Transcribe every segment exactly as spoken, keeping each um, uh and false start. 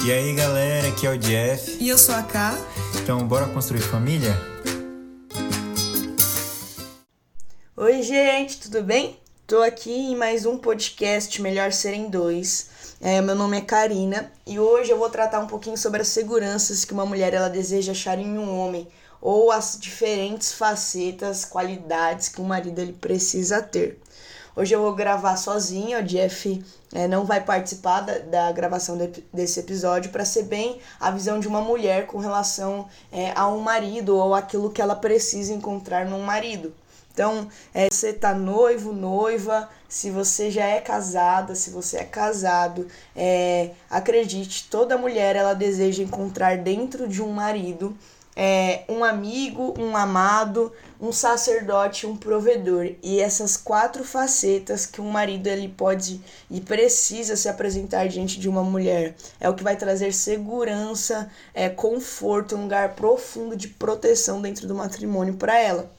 E aí galera, aqui é o Jeff. E eu sou a Ká. Então bora construir família? Oi gente, tudo bem? Tô aqui em mais um podcast Melhor Serem Dois. É, meu nome é Karina e hoje eu vou tratar um pouquinho sobre as seguranças que uma mulher ela deseja achar em um homem, ou as diferentes facetas, qualidades que um marido ele precisa ter. Hoje eu vou gravar sozinho, o Jeff é, não vai participar da, da gravação de, desse episódio, para ser bem a visão de uma mulher com relação é, a um marido ou aquilo que ela precisa encontrar num marido. Então, é, você tá noivo, noiva, se você já é casada, se você é casado, é, acredite, toda mulher ela deseja encontrar dentro de um marido é, um amigo, um amado, um sacerdote, um provedor. E essas quatro facetas que um marido ele pode e precisa se apresentar diante de uma mulher é o que vai trazer segurança, é, conforto, um lugar profundo de proteção dentro do matrimônio para ela.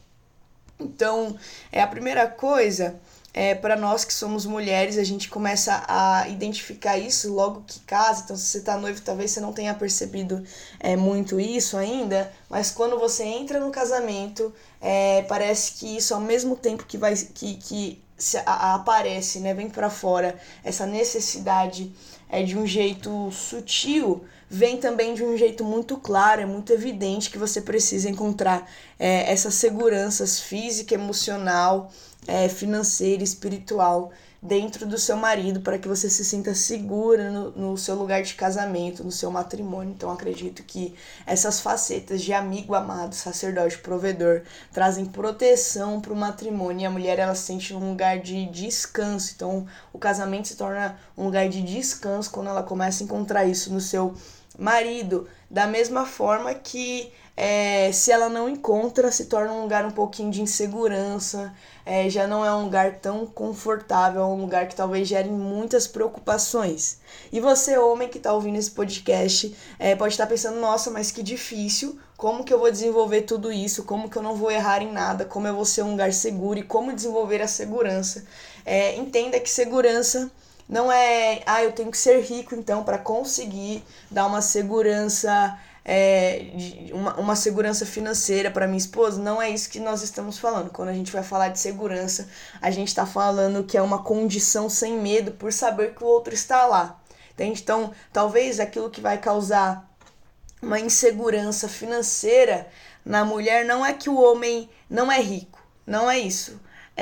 Então, é a primeira coisa, é, para nós que somos mulheres, a gente começa a identificar isso logo que casa. Então, se você está noivo, talvez você não tenha percebido é, muito isso ainda, mas quando você entra no casamento, é, parece que isso, ao mesmo tempo que, vai, que, que se, a, a, aparece, né, vem para fora, essa necessidade é, de um jeito sutil, vem também de um jeito muito claro, é muito evidente que você precisa encontrar é, essas seguranças física, emocional, é, financeira, espiritual dentro do seu marido, para que você se sinta segura no, no seu lugar de casamento, no seu matrimônio. Então acredito que essas facetas de amigo, amado, sacerdote, provedor trazem proteção para o matrimônio, e a mulher ela se sente num lugar de descanso. Então o casamento se torna um lugar de descanso quando ela começa a encontrar isso no seu marido, da mesma forma que é, se ela não encontra, se torna um lugar um pouquinho de insegurança, é, já não é um lugar tão confortável, é um lugar que talvez gere muitas preocupações. E você, homem que está ouvindo esse podcast, é, pode estar pensando, nossa, mas que difícil, como que eu vou desenvolver tudo isso, como que eu não vou errar em nada, como eu vou ser um lugar seguro e como desenvolver a segurança. É, entenda que segurança não é, ah, eu tenho que ser rico então para conseguir dar uma segurança, é, uma, uma segurança financeira para minha esposa. Não é isso que nós estamos falando. Quando a gente vai falar de segurança, a gente está falando que é uma condição sem medo por saber que o outro está lá. Entende? Então, talvez aquilo que vai causar uma insegurança financeira na mulher não é que o homem não é rico, não é isso.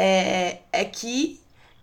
É, é que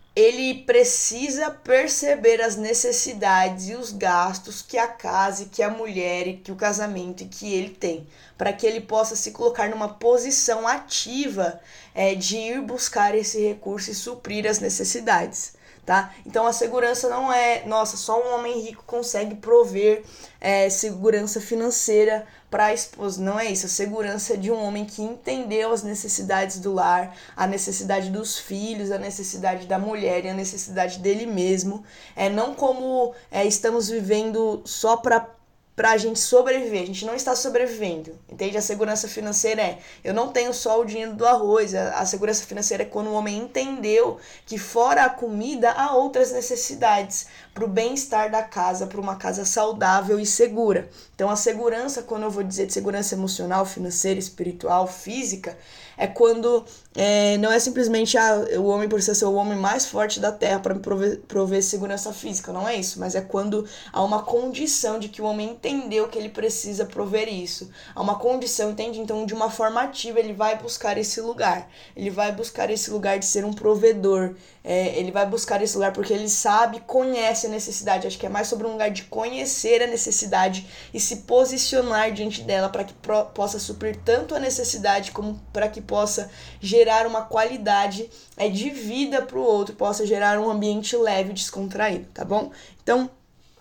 ele precisa perceber as necessidades e os gastos que a casa, e que a mulher, e que o casamento, e que ele tem, para que ele possa se colocar numa posição ativa é, de ir buscar esse recurso e suprir as necessidades. Tá? Então a segurança não é, nossa, só um homem rico consegue prover é, segurança financeira para a esposa. Não é isso. A segurança é de um homem que entendeu as necessidades do lar, a necessidade dos filhos, a necessidade da mulher e a necessidade dele mesmo. É, não como é, estamos vivendo só para pra gente sobreviver. A gente não está sobrevivendo, entende? A segurança financeira é, eu não tenho só o dinheiro do arroz. A, a segurança financeira é quando o homem entendeu que fora a comida há outras necessidades para o bem-estar da casa, para uma casa saudável e segura. Então a segurança, quando eu vou dizer de segurança emocional, financeira, espiritual, física, é quando é, não é simplesmente ah, o homem precisa ser o homem mais forte da terra para me prover, prover segurança física, não é isso, mas é quando há uma condição de que o homem entendeu que ele precisa prover isso. Há uma condição, entende? Então, de uma forma ativa, ele vai buscar esse lugar. Ele vai buscar esse lugar de ser um provedor. É, ele vai buscar esse lugar porque ele sabe, conhece a necessidade. Acho que é mais sobre um lugar de conhecer a necessidade e se posicionar diante dela para que pro, possa suprir tanto a necessidade como para que possa gerar uma qualidade é, de vida para o outro, possa gerar um ambiente leve e descontraído, tá bom? Então,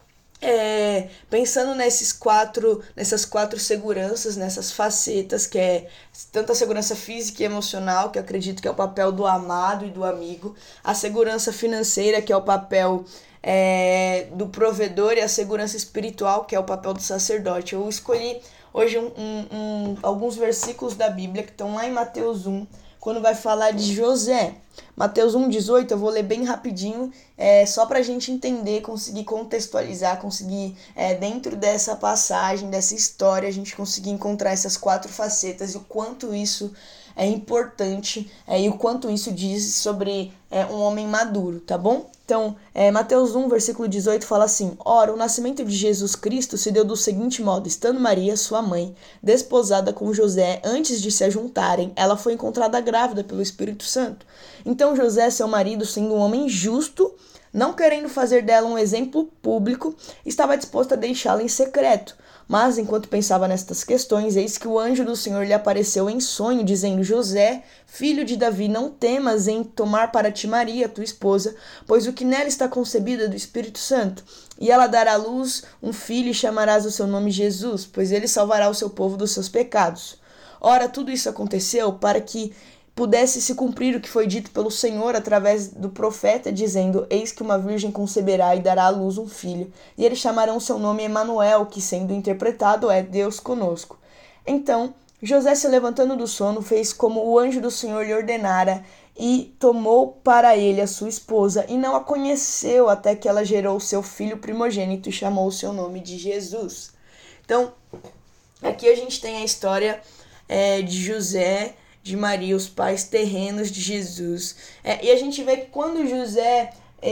É, pensando nesses quatro, nessas quatro seguranças, nessas facetas, que é tanto a segurança física e emocional, que eu acredito que é o papel do amado e do amigo, a segurança financeira, que é o papel é, do provedor, e a segurança espiritual, que é o papel do sacerdote. Eu escolhi hoje um, um, um, alguns versículos da Bíblia que estão lá em Mateus um, quando vai falar de José. Mateus um, dezoito, eu vou ler bem rapidinho, é, só para a gente entender, conseguir contextualizar, conseguir, é, dentro dessa passagem, dessa história, a gente conseguir encontrar essas quatro facetas e o quanto isso é importante é, e o quanto isso diz sobre é, um homem maduro, tá bom? Então, é, Mateus um, versículo dezoito fala assim: Ora, o nascimento de Jesus Cristo se deu do seguinte modo: estando Maria, sua mãe, desposada com José, antes de se ajuntarem, ela foi encontrada grávida pelo Espírito Santo. Então José, seu marido, sendo um homem justo, não querendo fazer dela um exemplo público, estava disposto a deixá-la em secreto. Mas, enquanto pensava nestas questões, eis que o anjo do Senhor lhe apareceu em sonho, dizendo: José, filho de Davi, não temas em tomar para ti Maria, tua esposa, pois o que nela está concebido é do Espírito Santo. E ela dará à luz um filho e chamarás o seu nome Jesus, pois ele salvará o seu povo dos seus pecados. Ora, tudo isso aconteceu para que pudesse se cumprir o que foi dito pelo Senhor através do profeta, dizendo: Eis que uma virgem conceberá e dará à luz um filho, e eles chamarão seu nome Emanuel, que sendo interpretado é Deus conosco. Então José, se levantando do sono, fez como o anjo do Senhor lhe ordenara, e tomou para ele a sua esposa, e não a conheceu até que ela gerou seu filho primogênito e chamou o seu nome de Jesus. Então, aqui a gente tem a história é, de José, de Maria, os pais terrenos de Jesus. É, e a gente vê que quando José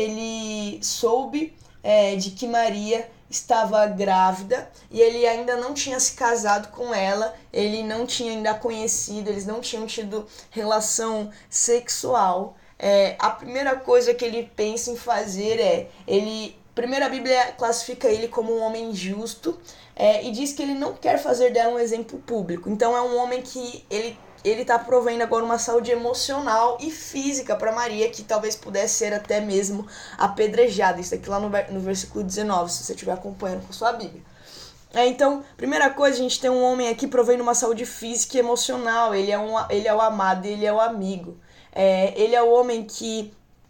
ele soube é, de que Maria estava grávida e ele ainda não tinha se casado com ela, ele não tinha ainda conhecido, eles não tinham tido relação sexual, é, a primeira coisa que ele pensa em fazer é, ele, primeiro a Bíblia classifica ele como um homem justo, é, e diz que ele não quer fazer dela um exemplo público. Então é um homem que ele ele está provendo agora uma saúde emocional e física para Maria, que talvez pudesse ser até mesmo apedrejada. Isso aqui lá no, no versículo dezenove, se você estiver acompanhando com a sua Bíblia. É, então, primeira coisa, a gente tem um homem aqui provendo uma saúde física e emocional. Ele é, um, ele é o amado, ele é o amigo. É, ele é o homem que,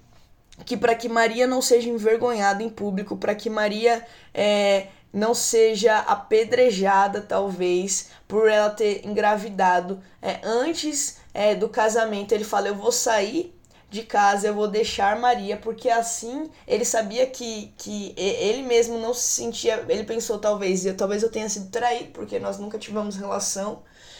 que para que Maria não seja envergonhada em público, para que Maria é, não seja apedrejada, talvez, por ela ter engravidado. É, antes é, do casamento, ele fala: eu vou sair de casa, eu vou deixar Maria, porque assim ele sabia que, que ele mesmo não se sentia, ele pensou, talvez, eu, talvez eu tenha sido traído, porque nós nunca tivemos relação,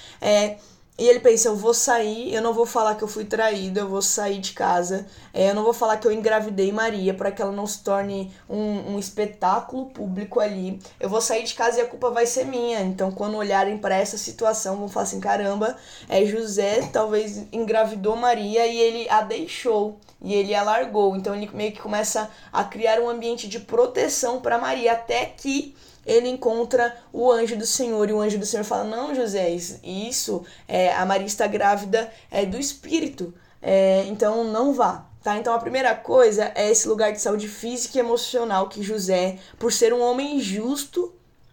é, e ele pensa: eu vou sair, eu não vou falar que eu fui traído, eu vou sair de casa, é, eu não vou falar que eu engravidei Maria, para que ela não se torne um, um espetáculo público ali, eu vou sair de casa e a culpa vai ser minha. Então, quando olharem para essa situação, vão falar assim: caramba, é, José talvez engravidou Maria e ele a deixou, e ele a largou. Então ele meio que começa a criar um ambiente de proteção para Maria, até que ele encontra o anjo do Senhor, e o anjo do Senhor fala: não, José, isso, é, a Maria está grávida é, do Espírito, é, então não vá. Tá? Então a primeira coisa é esse lugar de saúde física e emocional que José, por ser um homem justo,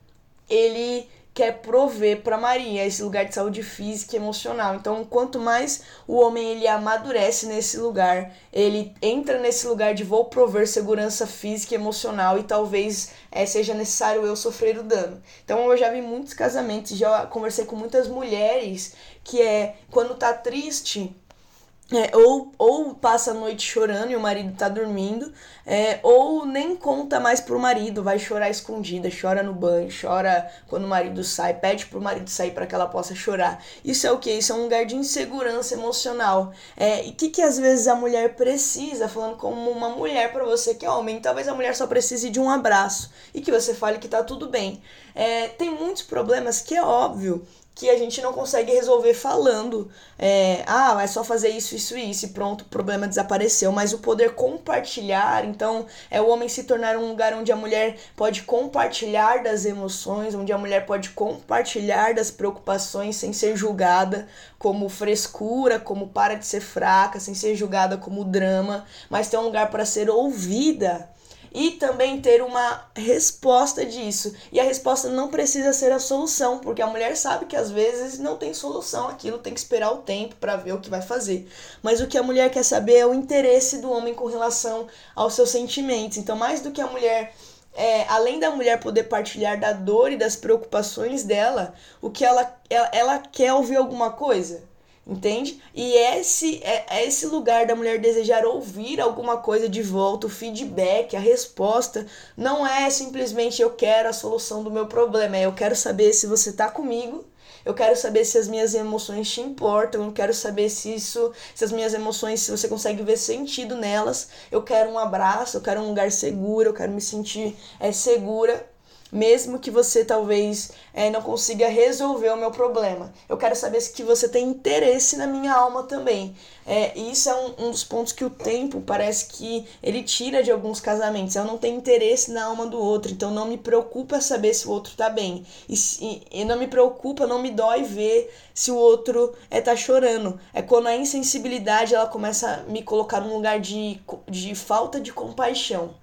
ele quer prover para Maria, esse lugar de saúde física e emocional. Então, quanto mais o homem ele amadurece nesse lugar, ele entra nesse lugar de vou prover segurança física e emocional, e talvez é, seja necessário eu sofrer o dano. Então, eu já vi muitos casamentos, já conversei com muitas mulheres que é, quando tá triste, É, ou, ou passa a noite chorando e o marido tá dormindo, é, ou nem conta mais pro marido, vai chorar escondida, chora no banho, chora quando o marido sai, pede pro marido sair para que ela possa chorar. Isso é o que? Isso é um lugar de insegurança emocional. É, e o que, que às vezes a mulher precisa, falando como uma mulher para você que é homem, talvez a mulher só precise de um abraço e que você fale que tá tudo bem. É, tem muitos problemas que é óbvio que a gente não consegue resolver falando, é, ah, é só fazer isso, isso e isso, e pronto, o problema desapareceu. Mas o poder compartilhar, então, é o homem se tornar um lugar onde a mulher pode compartilhar das emoções, onde a mulher pode compartilhar das preocupações sem ser julgada como frescura, como para de ser fraca, sem ser julgada como drama, mas ter um lugar para ser ouvida. E também ter uma resposta disso. E a resposta não precisa ser a solução, porque a mulher sabe que às vezes não tem solução aquilo, tem que esperar o tempo para ver o que vai fazer. Mas o que a mulher quer saber é o interesse do homem com relação aos seus sentimentos. Então, mais do que a mulher, é, além da mulher poder partilhar da dor e das preocupações dela, o que ela, ela, ela quer ouvir alguma coisa. Entende? E esse é, é esse lugar da mulher desejar ouvir alguma coisa de volta, o feedback, a resposta, não é simplesmente eu quero a solução do meu problema, é eu quero saber se você tá comigo, eu quero saber se as minhas emoções te importam, eu quero saber se isso, se as minhas emoções, se você consegue ver sentido nelas, eu quero um abraço, eu quero um lugar seguro, eu quero me sentir é, segura. Mesmo que você talvez é, não consiga resolver o meu problema. Eu quero saber se que você tem interesse na minha alma também. É, e isso é um, um dos pontos que o tempo parece que ele tira de alguns casamentos. Eu não tenho interesse na alma do outro, então não me preocupa saber se o outro tá bem. E, e, e não me preocupa, não me dói ver se o outro é, tá chorando. É quando a insensibilidade ela começa a me colocar num lugar de, de falta de compaixão.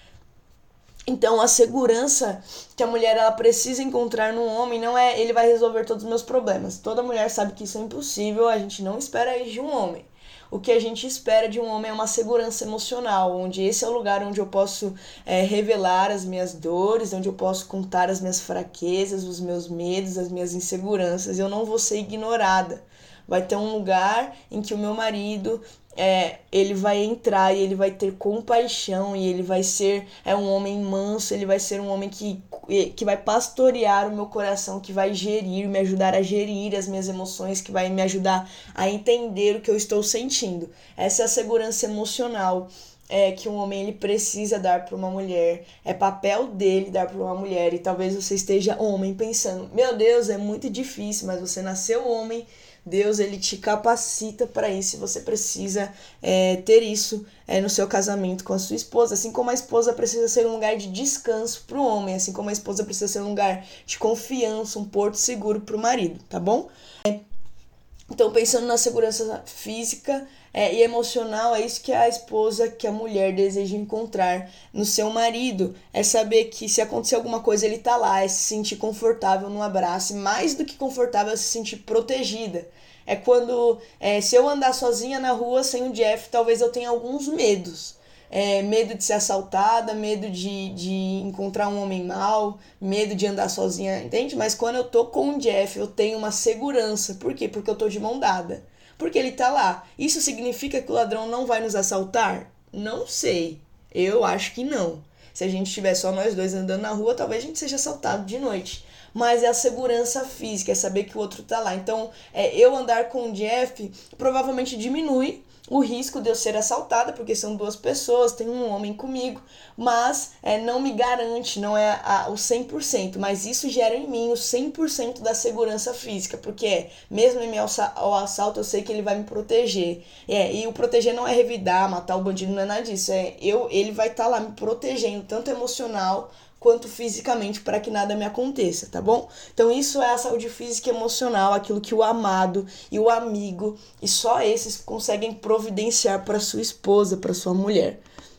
Então, a segurança que a mulher ela precisa encontrar no homem não é ele vai resolver todos os meus problemas. Toda mulher sabe que isso é impossível, a gente não espera isso de um homem. O que a gente espera de um homem é uma segurança emocional, onde esse é o lugar onde eu posso é, revelar as minhas dores, onde eu posso contar as minhas fraquezas, os meus medos, as minhas inseguranças. Eu não vou ser ignorada. Vai ter um lugar em que o meu marido é, ele vai entrar e ele vai ter compaixão e ele vai ser é, um homem manso, ele vai ser um homem que, que vai pastorear o meu coração, que vai gerir, me ajudar a gerir as minhas emoções, que vai me ajudar a entender o que eu estou sentindo. Essa é a segurança emocional é, que um homem ele precisa dar para uma mulher, é papel dele dar para uma mulher. E talvez você esteja homem pensando, meu Deus, é muito difícil, mas você nasceu homem. Deus ele te capacita para isso e você precisa é, ter isso é, no seu casamento com a sua esposa. Assim como a esposa precisa ser um lugar de descanso para o homem, assim como a esposa precisa ser um lugar de confiança, um porto seguro para o marido, tá bom? É, então, pensando na segurança física é, e emocional, é isso que a esposa, que a mulher deseja encontrar no seu marido. É saber que se acontecer alguma coisa, ele tá lá, é se sentir confortável no abraço. E mais do que confortável, é se sentir protegida. É quando, é, se eu andar sozinha na rua sem o Jeff, talvez eu tenha alguns medos. É, medo de ser assaltada, medo de, de encontrar um homem mau, medo de andar sozinha, entende? Mas quando eu tô com o Jeff, eu tenho uma segurança. Por quê? Porque eu tô de mão dada. Porque ele tá lá. Isso significa que o ladrão não vai nos assaltar? Não sei. Eu acho que não. Se a gente estiver só nós dois andando na rua, talvez a gente seja assaltado de noite. Mas é a segurança física, é saber que o outro tá lá. Então, é, eu andar com o Jeff provavelmente diminui o risco de eu ser assaltada, porque são duas pessoas, tem um homem comigo, mas é, não me garante, não é a, o cem por cento, mas isso gera em mim o cem por cento da segurança física, porque mesmo em meu assalto eu sei que ele vai me proteger, é, e o proteger não é revidar, matar o bandido, não é nada disso, é, eu, ele vai estar tá lá me protegendo, tanto emocional quanto fisicamente, para que nada me aconteça, tá bom? Então isso é a saúde física e emocional, aquilo que o amado e o amigo, e só esses conseguem providenciar para sua esposa, para sua mulher.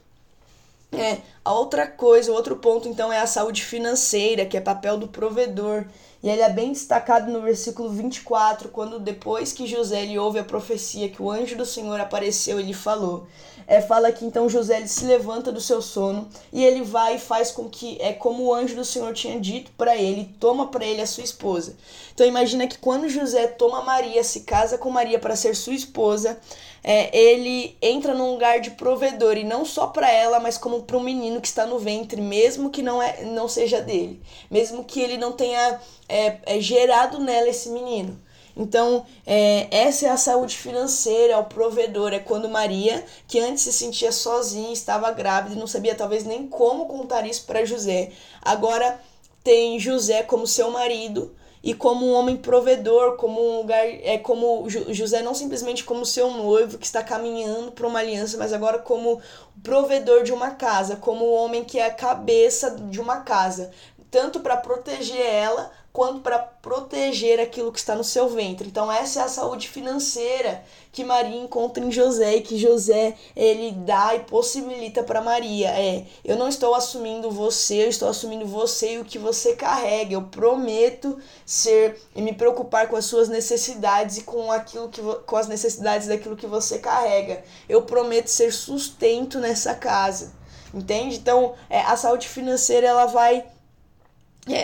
É, a outra coisa, o outro ponto então é a saúde financeira, que é papel do provedor. E ele é bem destacado no versículo vinte e quatro, quando depois que José ele ouve a profecia que o anjo do Senhor apareceu, ele falou. É, fala que então José ele se levanta do seu sono e ele vai e faz com que, é como o anjo do Senhor tinha dito para ele, toma para ele a sua esposa. Então imagina que quando José toma Maria, se casa com Maria para ser sua esposa, é, ele entra num lugar de provedor, e não só para ela, mas como para um menino que está no ventre, mesmo que não, é, não seja dele, mesmo que ele não tenha é, é, gerado nela esse menino. Então, é, essa é a saúde financeira, é o provedor. É quando Maria, que antes se sentia sozinha, estava grávida e não sabia talvez nem como contar isso para José, agora tem José como seu marido e como um homem provedor, como um lugar, é como José não simplesmente como seu noivo que está caminhando para uma aliança, mas agora como provedor de uma casa, como o homem que é a cabeça de uma casa, tanto para proteger ela, quanto para proteger aquilo que está no seu ventre. Então essa é a saúde financeira que Maria encontra em José, e que José ele dá e possibilita para Maria. É, eu não estou assumindo você, eu estou assumindo você e o que você carrega. Eu prometo ser e me preocupar com as suas necessidades e com aquilo que com as necessidades daquilo que você carrega. Eu prometo ser sustento nessa casa. Entende? Então, é, a saúde financeira ela vai É,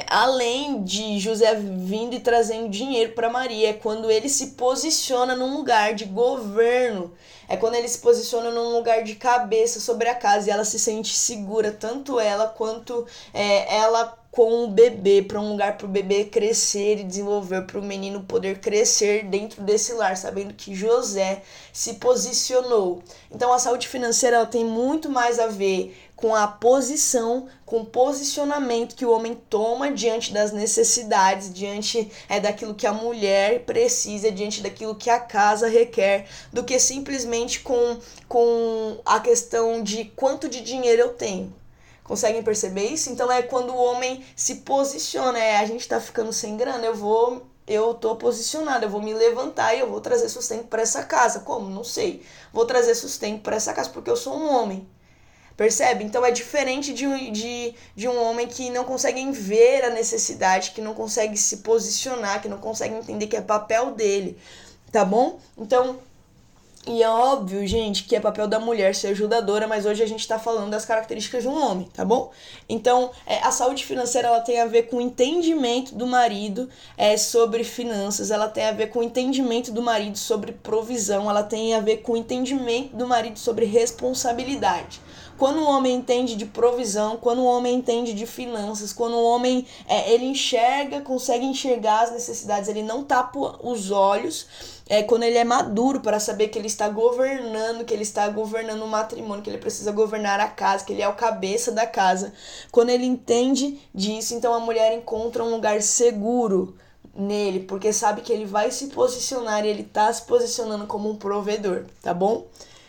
além de José vindo e trazendo dinheiro para Maria, é quando ele se posiciona num lugar de governo, é quando ele se posiciona num lugar de cabeça sobre a casa e ela se sente segura, tanto ela quanto é, ela com o bebê, para um lugar para o bebê crescer e desenvolver, para o menino poder crescer dentro desse lar, sabendo que José se posicionou. Então a saúde financeira ela tem muito mais a ver com a posição, com o posicionamento que o homem toma diante das necessidades, diante é, daquilo que a mulher precisa, diante daquilo que a casa requer, do que simplesmente com, com a questão de quanto de dinheiro eu tenho. Conseguem perceber isso? Então é quando o homem se posiciona, é, a gente tá ficando sem grana, eu vou, eu tô posicionado, eu vou me levantar e eu vou trazer sustento para essa casa. Como? Não sei. Vou trazer sustento para essa casa porque eu sou um homem. Percebe? Então é diferente de, de, de um homem que não consegue ver a necessidade, que não consegue se posicionar, que não consegue entender que é papel dele, tá bom? Então, e é óbvio, gente, que é papel da mulher ser ajudadora, mas hoje a gente tá falando das características de um homem, tá bom? Então, é, a saúde financeira, ela tem a ver com o entendimento do marido é, sobre finanças, ela tem a ver com o entendimento do marido sobre provisão, ela tem a ver com o entendimento do marido sobre responsabilidade. Quando o homem entende de provisão, quando o homem entende de finanças, quando o homem é, ele enxerga, consegue enxergar as necessidades, ele não tapa os olhos, é, quando ele é maduro para saber que ele está governando, que ele está governando o matrimônio, que ele precisa governar a casa, que ele é o cabeça da casa. Quando ele entende disso, então a mulher encontra um lugar seguro nele, porque sabe que ele vai se posicionar e ele está se posicionando como um provedor, tá bom?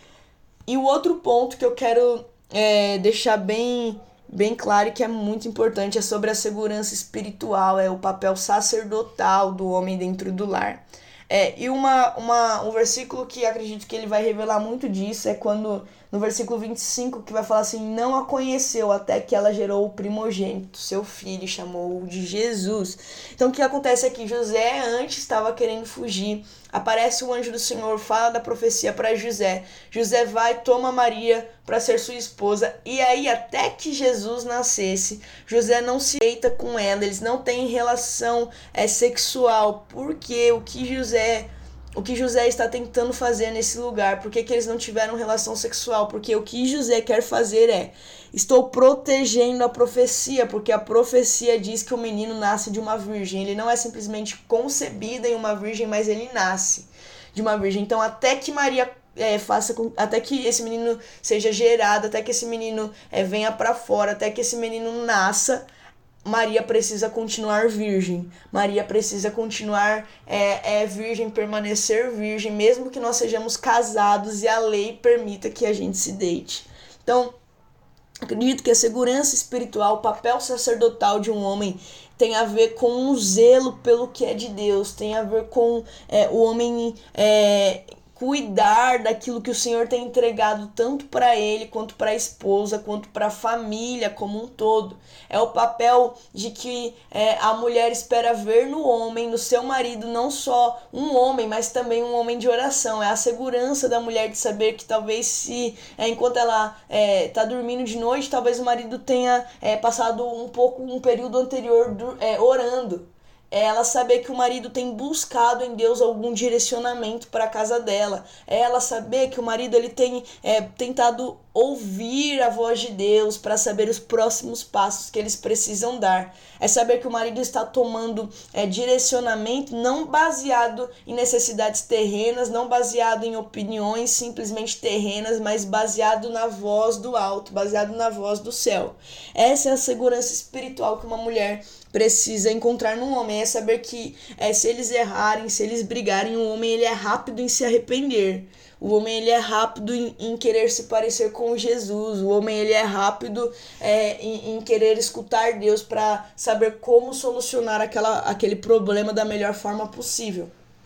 E o outro ponto que eu quero é, deixar bem, bem claro e que é muito importante é sobre a segurança espiritual, é o papel sacerdotal do homem dentro do lar. É, e uma, uma, um versículo que acredito que ele vai revelar muito disso é quando, no versículo vinte e cinco, que vai falar assim: não a conheceu até que ela gerou o primogênito, seu filho, chamou-o de Jesus. Então o que acontece é que José antes estava querendo fugir, aparece o anjo do Senhor, fala da profecia para José, José vai, toma Maria para ser sua esposa, e aí até que Jesus nascesse, José não se deita com ela, eles não têm relação é, sexual, porque o que José... O que José está tentando fazer nesse lugar? Por que, que eles não tiveram relação sexual? Porque o que José quer fazer é: estou protegendo a profecia, porque a profecia diz que o menino nasce de uma virgem. Ele não é simplesmente concebido em uma virgem, mas ele nasce de uma virgem. Então, até que Maria é, faça com, até que esse menino seja gerado, até que esse menino é, venha para fora, até que esse menino nasça, Maria precisa continuar virgem, Maria precisa continuar é, é, virgem, permanecer virgem, mesmo que nós sejamos casados e a lei permita que a gente se deite. Então, acredito que a segurança espiritual, o papel sacerdotal de um homem tem a ver com um zelo pelo que é de Deus, tem a ver com é, o homem... É, cuidar daquilo que o Senhor tem entregado tanto para ele, quanto para a esposa, quanto para a família como um todo. É o papel de que é, a mulher espera ver no homem, no seu marido, não só um homem, mas também um homem de oração. É a segurança da mulher de saber que talvez se, é, enquanto ela está é, dormindo de noite, talvez o marido tenha é, passado um pouco, um período anterior é, orando. É ela saber que o marido tem buscado em Deus algum direcionamento para a casa dela. É ela saber que o marido ele tem é, tentado ouvir a voz de Deus para saber os próximos passos que eles precisam dar. É saber que o marido está tomando é, direcionamento não baseado em necessidades terrenas, não baseado em opiniões simplesmente terrenas, mas baseado na voz do alto, baseado na voz do céu. Essa é a segurança espiritual que uma mulher precisa encontrar no homem, é saber que é, se eles errarem, se eles brigarem, o homem ele é rápido em se arrepender. O homem ele é rápido em, em querer se parecer com Jesus. O homem ele é rápido é, em, em querer escutar Deus para saber como solucionar aquela, aquele problema da melhor forma possível.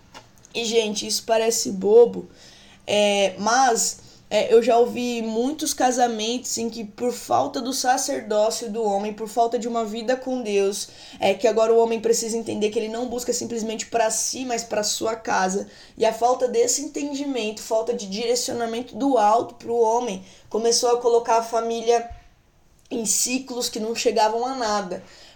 E, gente, isso parece bobo, é, mas... É, eu já ouvi muitos casamentos em que, por falta do sacerdócio do homem, por falta de uma vida com Deus, é que agora o homem precisa entender que ele não busca simplesmente para si, mas para sua casa. E a falta desse entendimento, falta de direcionamento do alto para o homem, começou a colocar a família em ciclos que não chegavam a nada.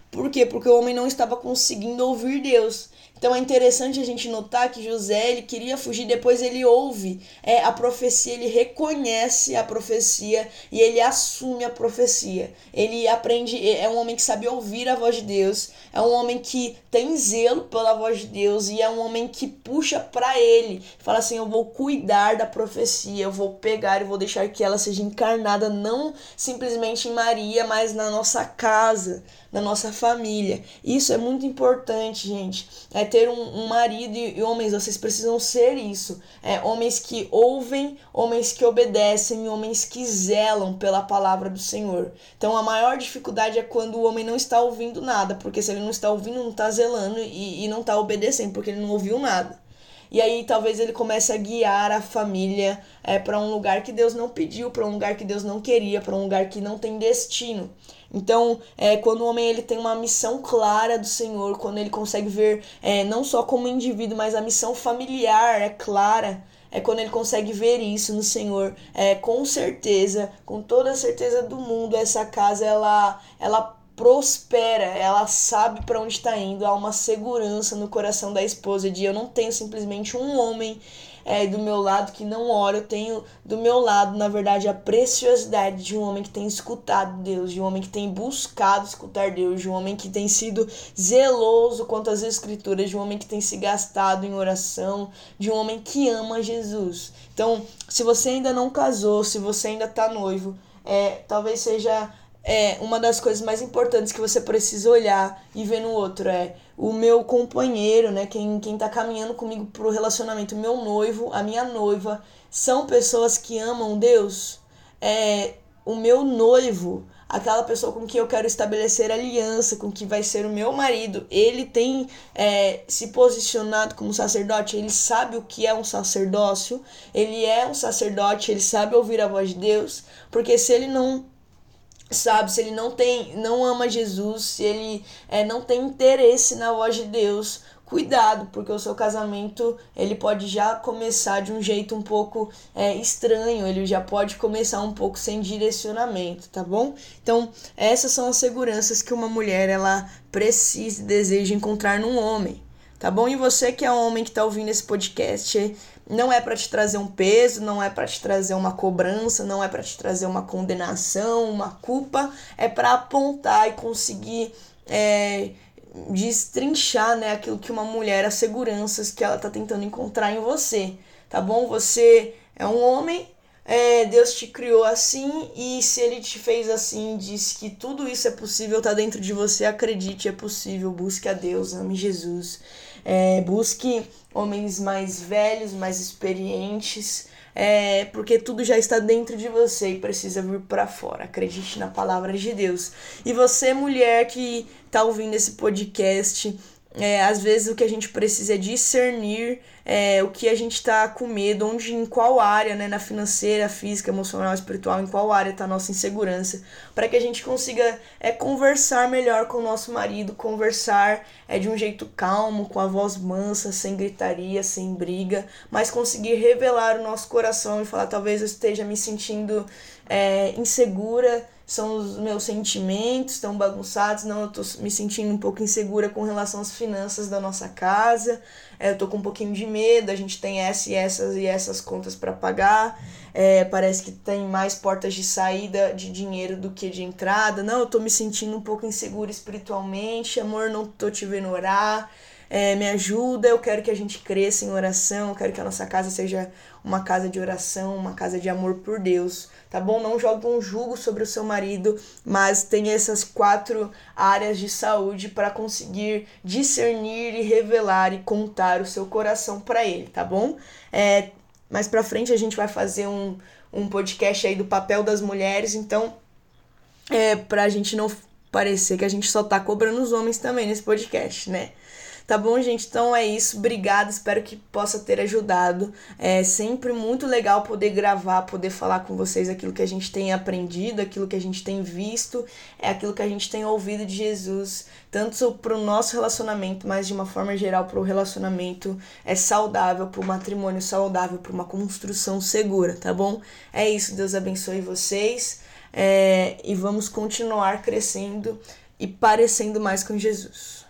Por quê? Porque o homem não estava conseguindo ouvir Deus. Então é interessante a gente notar que José, ele queria fugir, depois ele ouve é, a profecia, ele reconhece a profecia e ele assume a profecia. Ele aprende, é um homem que sabe ouvir a voz de Deus, é um homem que tem zelo pela voz de Deus e é um homem que puxa para ele, fala assim, eu vou cuidar da profecia, eu vou pegar e vou deixar que ela seja encarnada não simplesmente em Maria, mas na nossa casa, na nossa família. Isso é muito importante, gente. É ter um, um marido e, e homens, vocês precisam ser isso. É, homens que ouvem, homens que obedecem, homens que zelam pela palavra do Senhor. Então a maior dificuldade é quando o homem não está ouvindo nada, porque se ele não está ouvindo, não está zelando e, e não está obedecendo, porque ele não ouviu nada. E aí talvez ele comece a guiar a família é, para um lugar que Deus não pediu, para um lugar que Deus não queria, para um lugar que não tem destino. Então, é, quando o homem ele tem uma missão clara do Senhor, quando ele consegue ver é, não só como indivíduo, mas a missão familiar é clara, é quando ele consegue ver isso no Senhor, é, com certeza, com toda a certeza do mundo, essa casa ela, ela prospera, ela sabe para onde está indo, há uma segurança no coração da esposa de eu não tenho simplesmente um homem é, do meu lado que não ora, eu tenho do meu lado, na verdade, a preciosidade de um homem que tem escutado Deus, de um homem que tem buscado escutar Deus, de um homem que tem sido zeloso quanto às escrituras, de um homem que tem se gastado em oração, de um homem que ama Jesus. Então, se você ainda não casou, se você ainda está noivo, é, talvez seja... É, uma das coisas mais importantes que você precisa olhar e ver no outro é o meu companheiro, né? Quem, quem tá caminhando comigo pro relacionamento, o meu noivo, a minha noiva, são pessoas que amam Deus. É, o meu noivo, aquela pessoa com quem eu quero estabelecer aliança, com que vai ser o meu marido, ele tem é, se posicionado como sacerdote, ele sabe o que é um sacerdócio, ele é um sacerdote, ele sabe ouvir a voz de Deus, porque se ele não... sabe, se ele não tem, não ama Jesus, se ele é, não tem interesse na voz de Deus, cuidado, porque o seu casamento ele pode já começar de um jeito um pouco é, estranho, ele já pode começar um pouco sem direcionamento, tá bom? Então, essas são as seguranças que uma mulher ela precisa e deseja encontrar num homem, tá bom? E você que é um homem que tá ouvindo esse podcast, não é para te trazer um peso, não é para te trazer uma cobrança, não é para te trazer uma condenação, uma culpa, é para apontar e conseguir é, destrinchar, né, aquilo que uma mulher, as seguranças que ela tá tentando encontrar em você, tá bom? Você é um homem, é, Deus te criou assim e se ele te fez assim, diz que tudo isso é possível, tá dentro de você, acredite, é possível, busque a Deus, ame Jesus. É, busque homens mais velhos, mais experientes, é, porque tudo já está dentro de você e precisa vir para fora. Acredite na palavra de Deus. E você, mulher que está ouvindo esse podcast, é, às vezes o que a gente precisa é discernir é, o que a gente está com medo, onde, em qual área, né, na financeira, física, emocional, espiritual, em qual área está a nossa insegurança, para que a gente consiga é, conversar melhor com o nosso marido, conversar é, de um jeito calmo, com a voz mansa, sem gritaria, sem briga, mas conseguir revelar o nosso coração e falar, talvez eu esteja me sentindo é, insegura, são os meus sentimentos, estão bagunçados, não, eu tô me sentindo um pouco insegura com relação às finanças da nossa casa, é, eu tô com um pouquinho de medo, a gente tem essa e essas e essas contas para pagar, é, parece que tem mais portas de saída de dinheiro do que de entrada, não, eu tô me sentindo um pouco insegura espiritualmente, amor, não tô te vendo orar, é, me ajuda, eu quero que a gente cresça em oração, eu quero que a nossa casa seja uma casa de oração, uma casa de amor por Deus, tá bom? Não jogue um jugo sobre o seu marido, mas tenha essas quatro áreas de saúde para conseguir discernir e revelar e contar o seu coração para ele, tá bom? É, mais pra frente a gente vai fazer um, um podcast aí do papel das mulheres, então é pra gente não parecer que a gente só tá cobrando os homens também nesse podcast, né? Tá bom, gente? Então é isso. Obrigada. Espero que possa ter ajudado. É sempre muito legal poder gravar, poder falar com vocês aquilo que a gente tem aprendido, aquilo que a gente tem visto, é aquilo que a gente tem ouvido de Jesus, tanto para o nosso relacionamento, mas de uma forma geral para o relacionamento é saudável, para o matrimônio saudável, para uma construção segura, tá bom? É isso. Deus abençoe vocês é, e vamos continuar crescendo e parecendo mais com Jesus.